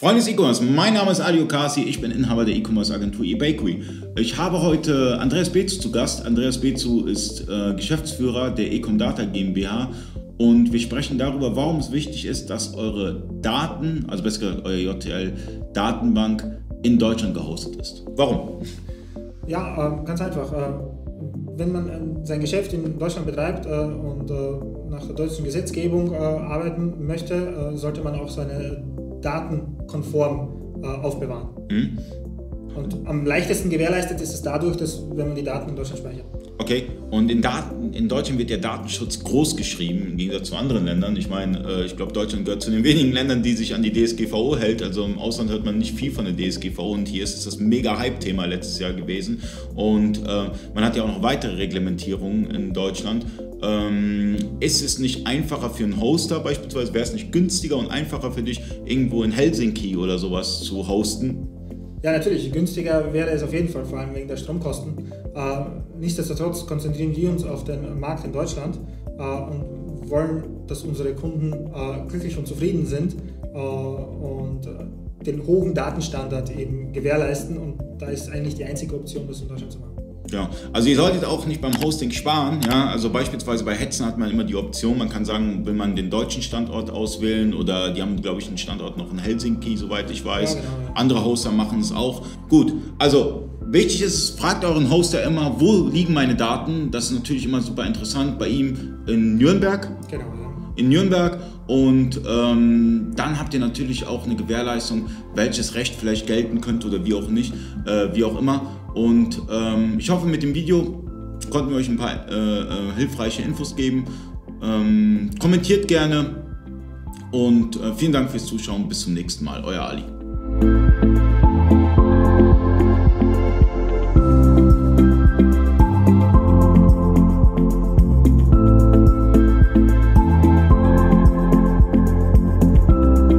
Freunde des E-Commerce, mein Name ist Ali Okasi, ich bin Inhaber der E-Commerce-Agentur eBakery. Ich habe heute Andreas Bezu zu Gast. Andreas Bezu ist Geschäftsführer der Ecomdata GmbH und wir sprechen darüber, warum es wichtig ist, dass eure Daten, also besser gesagt eure JTL-Datenbank in Deutschland gehostet ist. Warum? Ja, ganz einfach. Wenn man sein Geschäft in Deutschland betreibt und nach der deutschen Gesetzgebung arbeiten möchte, sollte man auch seine Daten konform aufbewahren. Und am leichtesten gewährleistet ist es dadurch, wenn man die Daten in Deutschland speichert. Okay, und in Deutschland wird der Datenschutz groß geschrieben, im Gegensatz zu anderen Ländern. Ich meine, ich glaube, Deutschland gehört zu den wenigen Ländern, die sich an die DSGVO hält. Also im Ausland hört man nicht viel von der DSGVO und hier ist es das mega Hype-Thema letztes Jahr gewesen. Und man hat ja auch noch weitere Reglementierungen in Deutschland. Ist es nicht einfacher für einen Hoster beispielsweise, wäre es nicht günstiger und einfacher für dich, irgendwo in Helsinki oder sowas zu hosten? Ja, natürlich. Günstiger wäre es auf jeden Fall, vor allem wegen der Stromkosten. Nichtsdestotrotz konzentrieren wir uns auf den Markt in Deutschland und wollen, dass unsere Kunden glücklich und zufrieden sind und den hohen Datenstandard eben gewährleisten. Und da ist eigentlich die einzige Option, das in Deutschland zu machen. Ja, also ihr solltet auch nicht beim Hosting sparen, ja, also beispielsweise bei Hetzen hat man immer die Option, man kann sagen, will man den deutschen Standort auswählen oder die haben, glaube ich, einen Standort noch in Helsinki, soweit ich weiß. Ja, genau, ja. Andere Hoster machen es auch. Gut, also wichtig ist, fragt euren Hoster immer, wo liegen meine Daten, das ist natürlich immer super interessant, bei ihm in Nürnberg. Genau, ja. In Nürnberg und dann habt ihr natürlich auch eine Gewährleistung, welches Recht vielleicht gelten könnte oder wie auch nicht, wie auch immer. Und ich hoffe, mit dem Video konnten wir euch ein paar hilfreiche Infos geben. Kommentiert gerne und vielen Dank fürs Zuschauen. Bis zum nächsten Mal. Euer Ali.